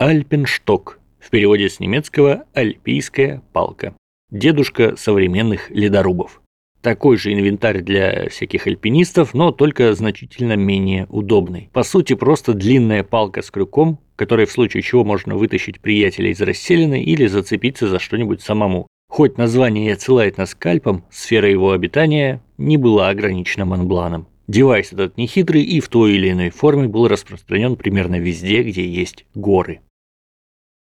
Альпеншток, в переводе с немецкого «альпийская палка». Дедушка современных ледорубов. Такой же инвентарь для всяких альпинистов, но только значительно менее удобный. По сути, просто длинная палка с крюком, которой в случае чего можно вытащить приятеля из расселины или зацепиться за что-нибудь самому. Хоть название и отсылает нас к Альпам, сфера его обитания не была ограничена Монбланом. Девайс этот нехитрый и в той или иной форме был распространен примерно везде, где есть горы.